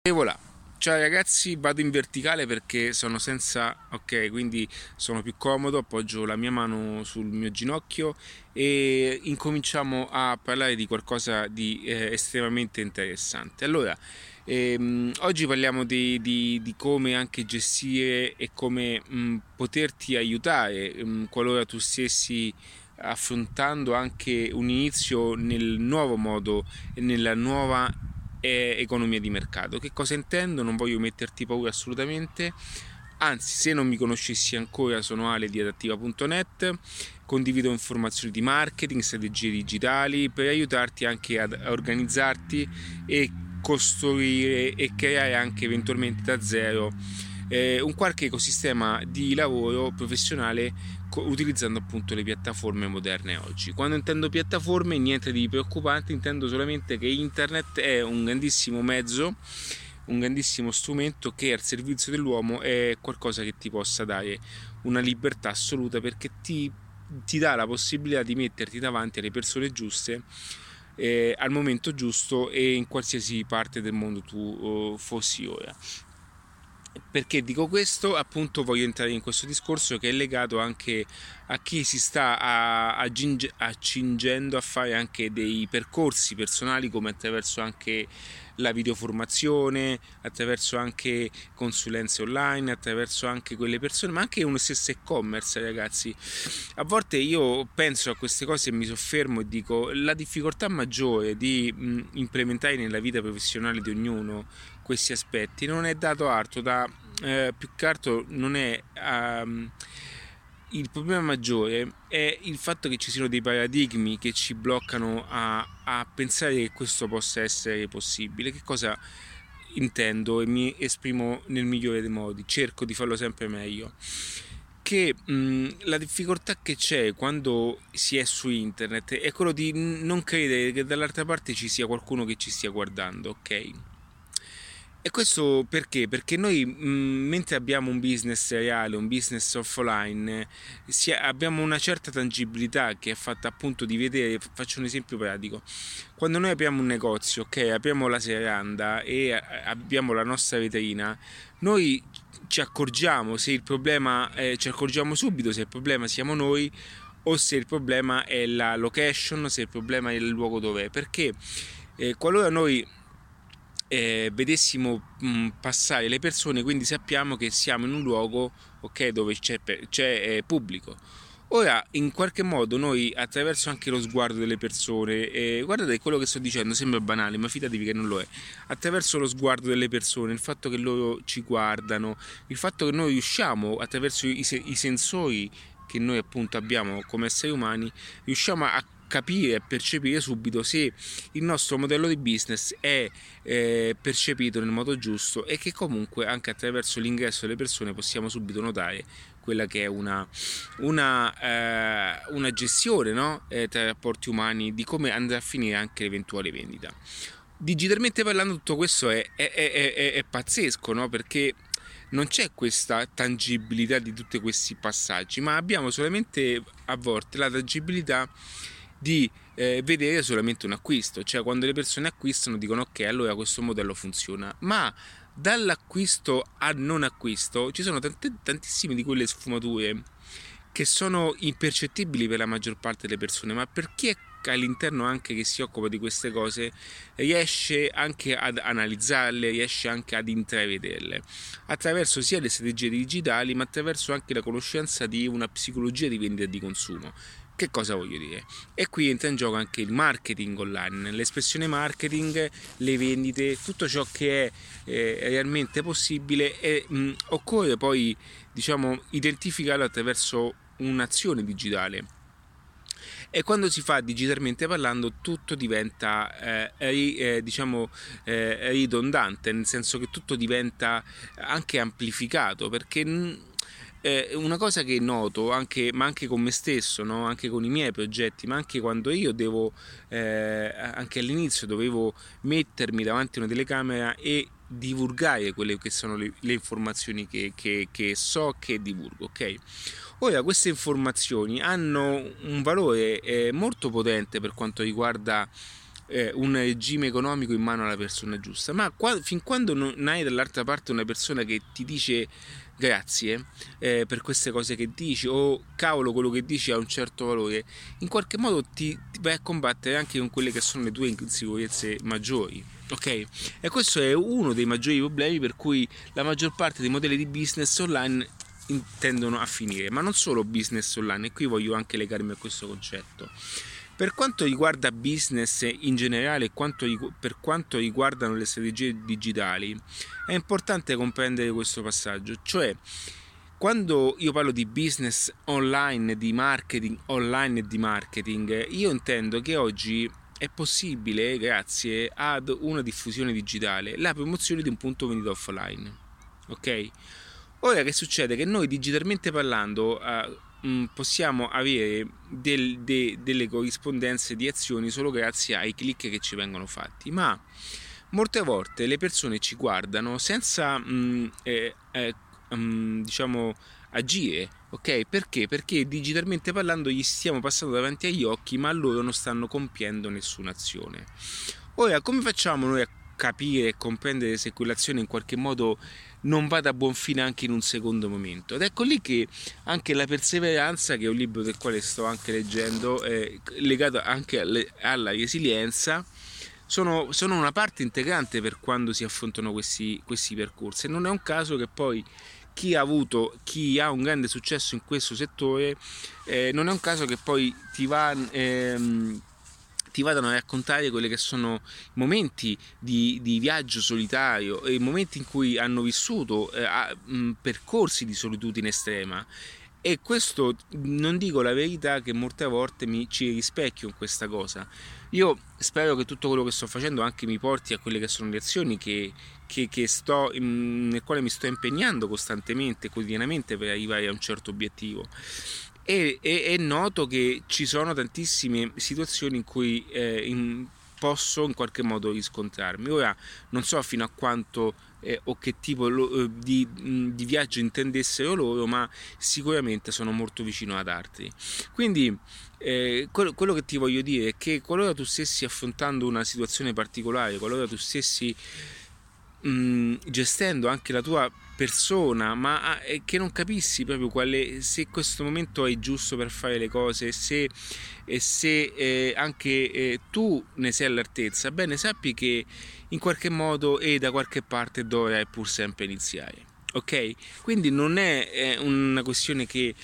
E voilà. Ciao ragazzi, vado in verticale perché sono senza, ok, quindi sono più comodo, appoggio la mia mano sul mio ginocchio e incominciamo a parlare di qualcosa di estremamente interessante. Allora, oggi parliamo di come anche gestire e come poterti aiutare qualora tu stessi affrontando anche un inizio nel nuovo modo e nella nuova economia di mercato. Che cosa intendo? Non voglio metterti paura assolutamente. Anzi, se non mi conoscessi ancora, sono Ale di adattiva.net, condivido informazioni di marketing, strategie digitali per aiutarti anche ad organizzarti e costruire e creare anche eventualmente da zero un qualche ecosistema di lavoro professionale utilizzando appunto le piattaforme moderne oggi. Quando intendo piattaforme, niente di preoccupante, intendo solamente che internet è un grandissimo mezzo, un grandissimo strumento che al servizio dell'uomo è qualcosa che ti possa dare una libertà assoluta, perché ti dà la possibilità di metterti davanti alle persone giuste al momento giusto e in qualsiasi parte del mondo tu fossi ora. Perché dico questo? Appunto voglio entrare in questo discorso che è legato anche a chi si sta accingendo a fare anche dei percorsi personali, come attraverso anche la videoformazione, attraverso anche consulenze online, attraverso anche quelle persone, ma anche uno stesso e-commerce, ragazzi. A volte io penso a queste cose e mi soffermo e dico: la difficoltà maggiore di implementare nella vita professionale di ognuno questi aspetti non è dato altro da più che altro non è il problema maggiore è il fatto che ci siano dei paradigmi che ci bloccano a pensare che questo possa essere possibile. Che cosa intendo e mi esprimo nel migliore dei modi, cerco di farlo sempre meglio. Che la difficoltà che c'è quando si è su internet è quello di non credere che dall'altra parte ci sia qualcuno che ci stia guardando, ok? E questo perché? Perché noi mentre abbiamo un business reale, un business offline, abbiamo una certa tangibilità che è fatta appunto di vedere. Faccio un esempio pratico: quando noi apriamo un negozio, ok, apriamo la serranda e abbiamo la nostra vetrina, noi ci accorgiamo se il problema, ci accorgiamo subito se il problema siamo noi o se il problema è la location, se il problema è il luogo dove è. Perché qualora noi vedessimo passare le persone, quindi sappiamo che siamo in un luogo, ok, dove c'è pubblico. Ora, in qualche modo, noi attraverso anche lo sguardo delle persone, guardate, quello che sto dicendo sembra banale, ma fidatevi che non lo è. Attraverso lo sguardo delle persone, il fatto che loro ci guardano, il fatto che noi riusciamo attraverso i sensori che noi appunto abbiamo come esseri umani, riusciamo a capire e percepire subito se il nostro modello di business è percepito nel modo giusto, e che comunque anche attraverso l'ingresso delle persone possiamo subito notare quella che è una gestione, no? Tra i rapporti umani, di come andrà a finire anche l'eventuale vendita. Digitalmente parlando, tutto questo è pazzesco, no? Perché non c'è questa tangibilità di tutti questi passaggi, ma abbiamo solamente a volte la tangibilità di vedere solamente un acquisto. Cioè, quando le persone acquistano dicono: ok, allora questo modello funziona. Ma dall'acquisto al non acquisto ci sono tantissime di quelle sfumature che sono impercettibili per la maggior parte delle persone, ma per chi è all'interno anche che si occupa di queste cose riesce anche ad analizzarle, riesce anche ad intravederle attraverso sia le strategie digitali, ma attraverso anche la conoscenza di una psicologia di vendita e di consumo. Che cosa voglio dire? E qui entra in gioco anche il marketing online, l'espressione marketing, le vendite, tutto ciò che è realmente possibile, e occorre poi, diciamo, identificarlo attraverso un'azione digitale. E quando si fa digitalmente parlando, tutto diventa ridondante, nel senso che tutto diventa anche amplificato, perché una cosa che noto anche, ma anche con me stesso, no? Anche con i miei progetti, ma anche quando io devo anche all'inizio dovevo mettermi davanti a una telecamera e divulgare quelle che sono le informazioni che so che divulgo, ok? Ora, queste informazioni hanno un valore molto potente per quanto riguarda un regime economico in mano alla persona giusta, ma fin quando non hai dall'altra parte una persona che ti dice grazie per queste cose che dici, o cavolo, quello che dici ha un certo valore, in qualche modo ti vai a combattere anche con quelle che sono le tue insicurezze maggiori. Ok? E questo è uno dei maggiori problemi per cui la maggior parte dei modelli di business online tendono a finire, ma non solo business online, e qui voglio anche legarmi a questo concetto. Per quanto riguarda business in generale, per quanto riguardano le strategie digitali, è importante comprendere questo passaggio, cioè quando io parlo di business online, di marketing online e di marketing, io intendo che oggi è possibile, grazie ad una diffusione digitale, la promozione di un punto vendita offline. Ok? Ora che succede? Che noi digitalmente parlando possiamo avere delle corrispondenze di azioni solo grazie ai click che ci vengono fatti, ma molte volte le persone ci guardano senza diciamo agire, ok? Perché? Perché digitalmente parlando gli stiamo passando davanti agli occhi, ma loro non stanno compiendo nessuna azione. Ora, come facciamo noi a capire e comprendere se quell'azione in qualche modo non vada a buon fine anche in un secondo momento? Ed ecco lì che anche la perseveranza, che è un libro del quale sto anche leggendo, legato anche alla resilienza, sono una parte integrante per quando si affrontano questi percorsi. E non è un caso che poi chi ha un grande successo in questo settore, non è un caso che poi ti vadano a raccontare quelli che sono i momenti di viaggio solitario e i momenti in cui hanno vissuto percorsi di solitudine estrema. E questo, non dico la verità, che molte volte ci rispecchio in questa cosa. Io spero che tutto quello che sto facendo anche mi porti a quelle che sono le azioni nel quale mi sto impegnando costantemente, quotidianamente, per arrivare a un certo obiettivo. E noto che ci sono tantissime situazioni in cui posso in qualche modo riscontrarmi. Ora non so fino a quanto o che tipo di viaggio intendessero loro, ma sicuramente sono molto vicino ad altri. Quindi quello che ti voglio dire è che qualora tu stessi affrontando una situazione particolare, qualora tu stessi gestendo anche la tua persona, ma che non capissi proprio se questo momento è giusto per fare le cose, se anche tu ne sei all'altezza, bene, sappi che in qualche modo e da qualche parte dovrai pur sempre iniziare. Ok? Quindi non è una questione che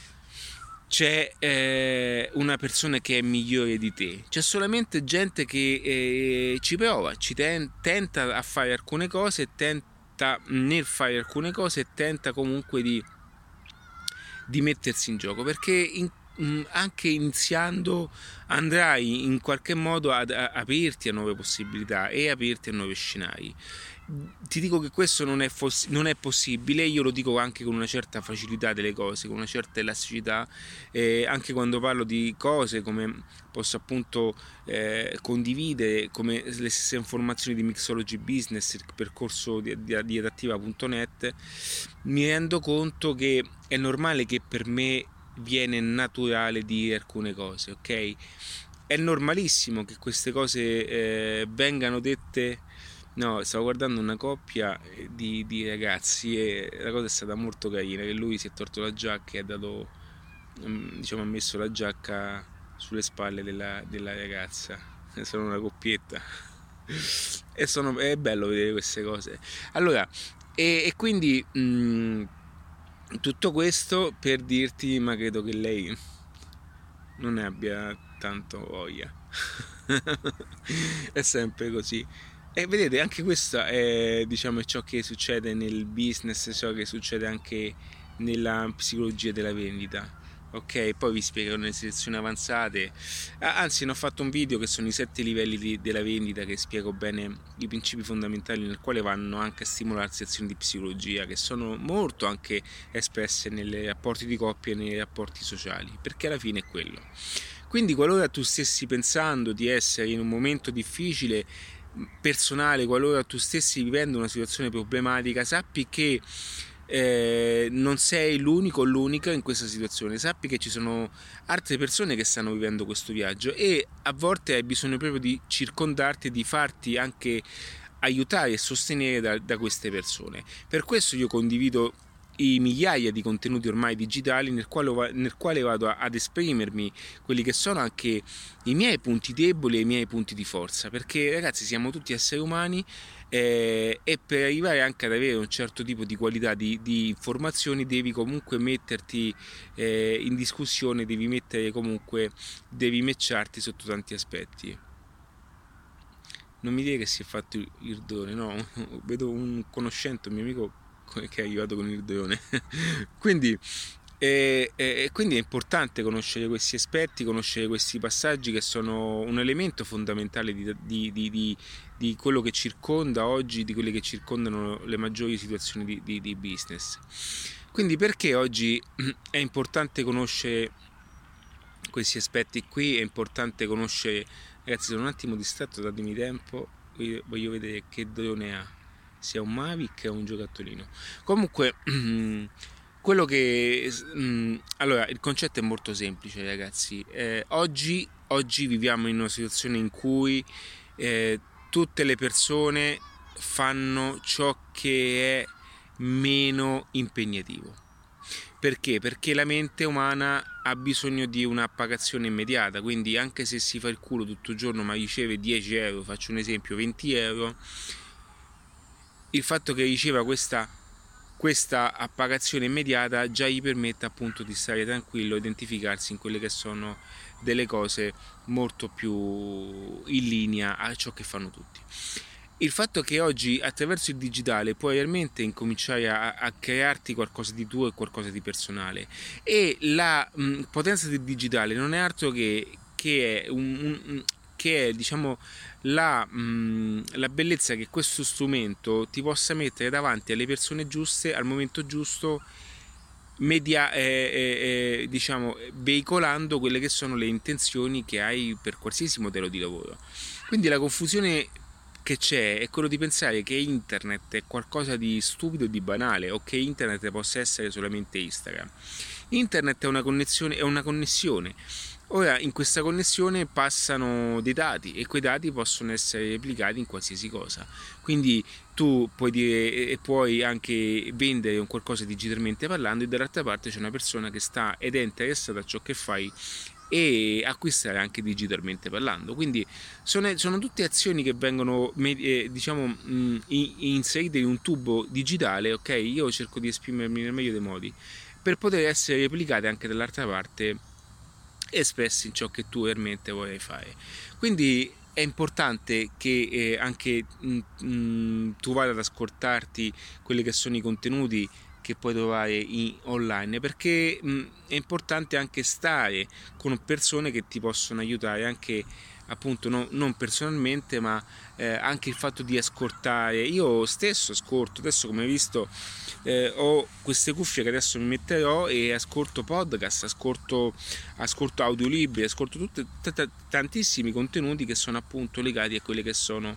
c'è una persona che è migliore di te, c'è solamente gente che ci prova, tenta a fare alcune cose, nel fare alcune cose tenta comunque di mettersi in gioco, perché anche iniziando andrai in qualche modo ad aprirti a nuove possibilità e aprirti a nuovi scenari. Ti dico che questo non è possibile, io lo dico anche con una certa facilità delle cose, con una certa elasticità, anche quando parlo di cose come posso appunto condividere come le stesse informazioni di Mixology Business, il percorso di adattiva.net, mi rendo conto che è normale che per me viene naturale dire alcune cose, ok? È normalissimo che queste cose vengano dette. No, stavo guardando una coppia di ragazzi e la cosa è stata molto carina, che lui si è tolto la giacca e ha messo la giacca sulle spalle della ragazza. Sono una coppietta è bello vedere queste cose. Allora, e quindi tutto questo per dirti, ma credo che lei non ne abbia tanto voglia. È sempre così. E vedete, anche questo è, diciamo, ciò che succede nel business, ciò che succede anche nella psicologia della vendita. Ok, poi vi spiego nelle sezioni avanzate. Anzi, ne ho fatto un video che sono i 7 livelli della vendita, che spiego bene i principi fondamentali nel quale vanno anche a stimolarsi azioni di psicologia, che sono molto anche espresse nei rapporti di coppia e nei rapporti sociali, perché alla fine è quello. Quindi qualora tu stessi pensando di essere in un momento difficile personale, qualora tu stessi vivendo una situazione problematica, sappi che non sei l'unico o l'unica in questa situazione, sappi che ci sono altre persone che stanno vivendo questo viaggio e a volte hai bisogno proprio di circondarti e di farti anche aiutare e sostenere da queste persone. Per questo io condivido i migliaia di contenuti ormai digitali nel quale vado ad esprimermi quelli che sono anche i miei punti deboli e i miei punti di forza, perché ragazzi siamo tutti esseri umani e per arrivare anche ad avere un certo tipo di qualità di informazioni devi comunque metterti in discussione, devi matcharti sotto tanti aspetti. Non mi dire che si è fatto il done, no, vedo un conoscente, un mio amico che è arrivato con il drone. quindi, quindi è importante conoscere questi aspetti, conoscere questi passaggi che sono un elemento fondamentale di quello che circonda oggi, di quelle che circondano le maggiori situazioni di business. Quindi perché oggi è importante conoscere questi aspetti qui, è importante conoscere. Ragazzi, sono un attimo distratto, datemi tempo, voglio vedere che drone ha, sia un Mavic o un giocattolino. Comunque, quello che allora, il concetto è molto semplice, ragazzi. Oggi viviamo in una situazione in cui tutte le persone fanno ciò che è meno impegnativo. Perché? Perché la mente umana ha bisogno di una pagazione immediata, quindi anche se si fa il culo tutto il giorno ma riceve 10 euro, faccio un esempio, 20 euro, il fatto che riceva questa appagazione immediata già gli permette appunto di stare tranquillo, identificarsi in quelle che sono delle cose molto più in linea a ciò che fanno tutti. Il fatto che oggi attraverso il digitale puoi realmente incominciare a crearti qualcosa di tuo e qualcosa di personale, e la potenza del digitale non è altro che è diciamo la bellezza che questo strumento ti possa mettere davanti alle persone giuste al momento giusto, diciamo veicolando quelle che sono le intenzioni che hai per qualsiasi modello di lavoro. Quindi la confusione che c'è è quello di pensare che internet è qualcosa di stupido e di banale, o che internet possa essere solamente Instagram. Internet è una connessione. Ora, in questa connessione passano dei dati e quei dati possono essere replicati in qualsiasi cosa. Quindi tu puoi dire e puoi anche vendere un qualcosa digitalmente parlando, e dall'altra parte c'è una persona che sta ed è interessata a ciò che fai e acquistare anche digitalmente parlando. Quindi sono tutte azioni che vengono diciamo inserite in un tubo digitale, ok? Io cerco di esprimermi nel meglio dei modi per poter essere replicate anche dall'altra parte, espressi in ciò che tu realmente vorrai fare. Quindi è importante che anche tu vada ad ascoltarti quelli che sono i contenuti che puoi trovare online, perché è importante anche stare con persone che ti possono aiutare anche appunto non personalmente, ma anche il fatto di ascoltare. Io stesso ascolto, adesso come hai visto ho queste cuffie che adesso mi metterò e ascolto podcast, ascolto audiolibri, ascolto tantissimi contenuti che sono appunto legati a quelli che sono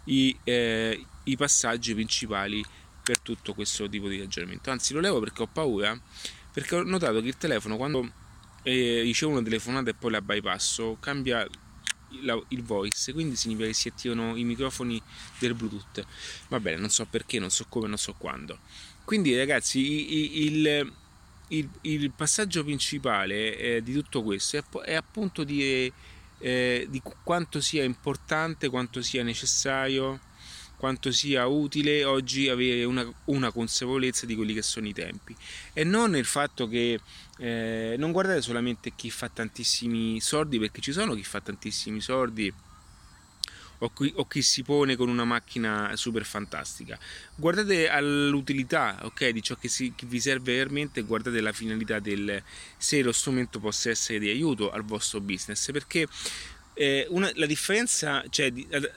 i passaggi principali per tutto questo tipo di ragionamento. Anzi, lo levo perché ho paura, perché ho notato che il telefono, quando ricevo una telefonata e poi la bypasso, cambia il voice, quindi significa che si attivano i microfoni del Bluetooth. Va bene, non so perché, non so come, non so quando. Quindi ragazzi, il passaggio principale di tutto questo è appunto di quanto sia importante, quanto sia necessario, quanto sia utile oggi avere una consapevolezza di quelli che sono i tempi, e non il fatto che non guardate solamente chi fa tantissimi soldi, perché ci sono chi fa tantissimi soldi o chi si pone con una macchina super fantastica. Guardate all'utilità, ok, di ciò che vi serve veramente, e guardate la finalità se lo strumento possa essere di aiuto al vostro business, perché la differenza, cioè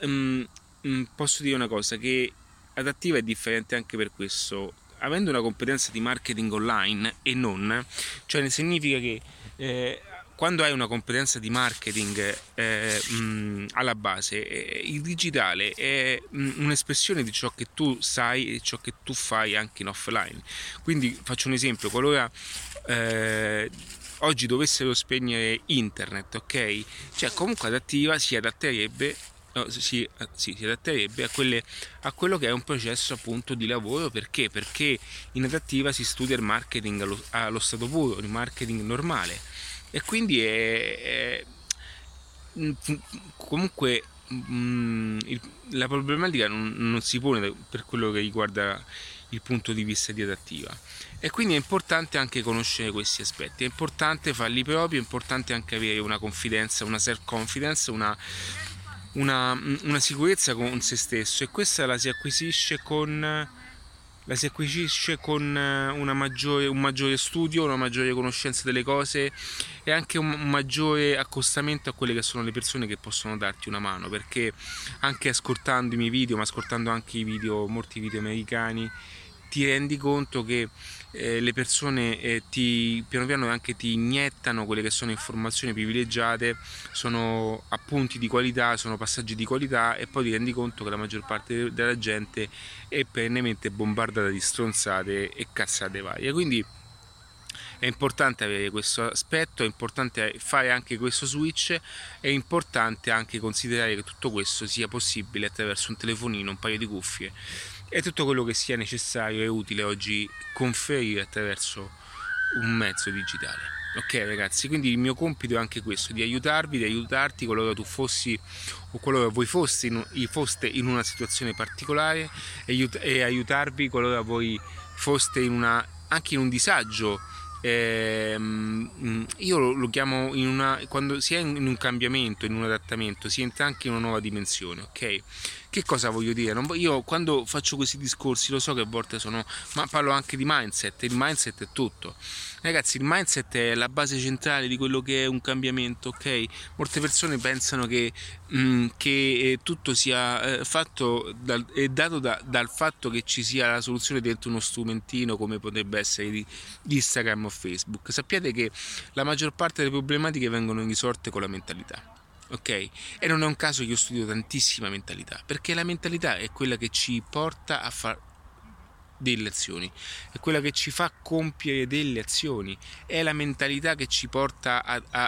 posso dire una cosa, che Adattiva è differente anche per questo. Avendo una competenza di marketing online e non, cioè significa che quando hai una competenza di marketing alla base, il digitale è un'espressione di ciò che tu sai e ciò che tu fai anche in offline. Quindi faccio un esempio: qualora oggi dovessero spegnere internet, ok? Cioè comunque Adattiva si adatterebbe, si adatterebbe a quello che è un processo appunto di lavoro. Perché in Adattiva si studia il marketing allo stato puro, il marketing normale, e quindi comunque la problematica non si pone per quello che riguarda il punto di vista di Adattiva, e quindi è importante anche conoscere questi aspetti, è importante farli propri, è importante anche avere una confidenza, una self confidence, una sicurezza con se stesso, e questa la si acquisisce con un maggiore studio, una maggiore conoscenza delle cose, e anche un maggiore accostamento a quelle che sono le persone che possono darti una mano, perché anche ascoltando i miei video, ma ascoltando anche molti video americani, ti rendi conto che le persone piano piano anche ti iniettano quelle che sono informazioni privilegiate, sono appunti di qualità, sono passaggi di qualità, e poi ti rendi conto che la maggior parte della gente è perennemente bombardata di stronzate e cazzate varie. Quindi è importante avere questo aspetto, è importante fare anche questo switch, è importante anche considerare che tutto questo sia possibile attraverso un telefonino, un paio di cuffie e tutto quello che sia necessario e utile oggi conferire attraverso un mezzo digitale. Ok ragazzi, quindi il mio compito è anche questo, di aiutarvi, di aiutarti qualora tu fossi o qualora voi foste in una situazione particolare, e aiutarvi qualora voi foste anche in un disagio. Io lo chiamo quando si è in un cambiamento, in un adattamento, si entra anche in una nuova dimensione, ok? Che cosa voglio dire? Io quando faccio questi discorsi lo so che a volte ma parlo anche di mindset. Il mindset è tutto, ragazzi. Il mindset è la base centrale di quello che è un cambiamento, ok? Molte persone pensano che tutto sia fatto è dato dal fatto che ci sia la soluzione dentro uno strumentino come potrebbe essere di Instagram o Facebook. Sappiate che la maggior parte delle problematiche vengono risolte con la mentalità. Ok? E non è un caso che io studio tantissima mentalità, perché la mentalità è quella che ci porta a fare delle azioni, è quella che ci fa compiere delle azioni, è la mentalità che ci porta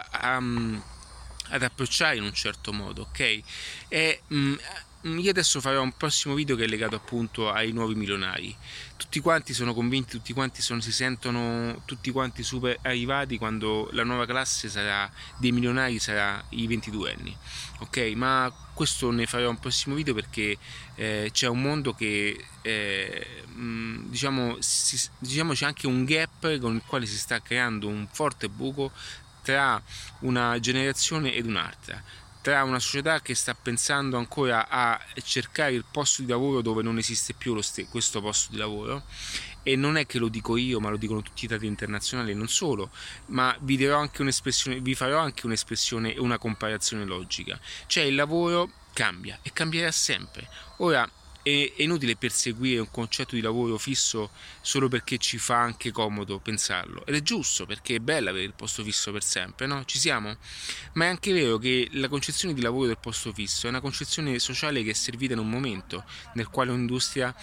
ad approcciare in un certo modo, ok? Io adesso farò un prossimo video che è legato appunto ai nuovi milionari. Tutti quanti sono convinti, tutti quanti si sentono tutti quanti super arrivati quando la nuova classe dei milionari sarà i 22 anni, ok? Ma questo ne farò un prossimo video, perché c'è un mondo che diciamo c'è anche un gap con il quale si sta creando un forte buco tra una generazione ed un'altra, tra una società che sta pensando ancora a cercare il posto di lavoro dove non esiste più questo posto di lavoro, e non è che lo dico io, ma lo dicono tutti i dati internazionali, e non solo, ma vi farò anche un'espressione e una comparazione logica. Cioè il lavoro cambia e cambierà sempre. Ora è inutile perseguire un concetto di lavoro fisso solo perché ci fa anche comodo pensarlo, ed è giusto, perché è bello avere il posto fisso per sempre, no? Ci siamo? Ma è anche vero che la concezione di lavoro del posto fisso è una concezione sociale che è servita in un momento nel quale l'industria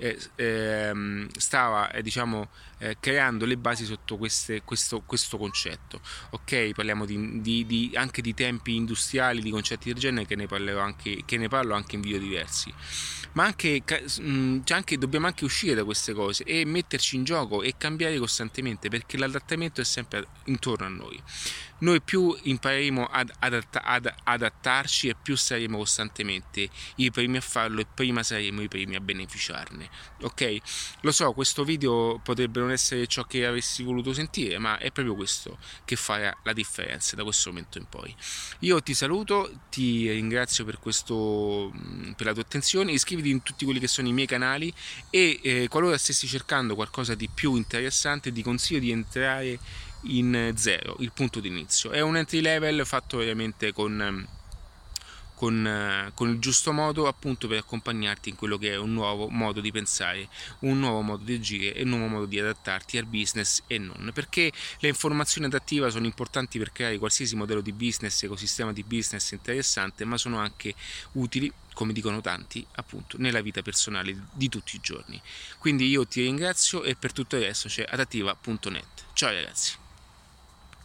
stava creando le basi sotto questo concetto, ok? Parliamo anche di tempi industriali, di concetti del genere, che ne parlo anche in video diversi. Ma dobbiamo anche uscire da queste cose e metterci in gioco e cambiare costantemente, perché l'adattamento è sempre intorno a noi. Noi più impareremo ad adattarci, e più saremo costantemente i primi a farlo, e prima saremo i primi a beneficiarne, ok? Lo so, questo video potrebbe non essere ciò che avresti voluto sentire, ma è proprio questo che farà la differenza da questo momento in poi. Io ti saluto, ti ringrazio per la tua attenzione. Iscriviti in tutti quelli che sono i miei canali, e qualora stessi cercando qualcosa di più interessante, ti consiglio di entrare in Zero, il punto d'inizio. È un entry level fatto ovviamente con con il giusto modo, appunto, per accompagnarti in quello che è un nuovo modo di pensare, un nuovo modo di agire e un nuovo modo di adattarti al business e non. Perché le informazioni adattive sono importanti per creare qualsiasi modello di business, ecosistema di business interessante, ma sono anche utili, come dicono tanti, appunto, nella vita personale di tutti i giorni. Quindi io ti ringrazio e per tutto il resto c'è adattiva.net. Ciao ragazzi!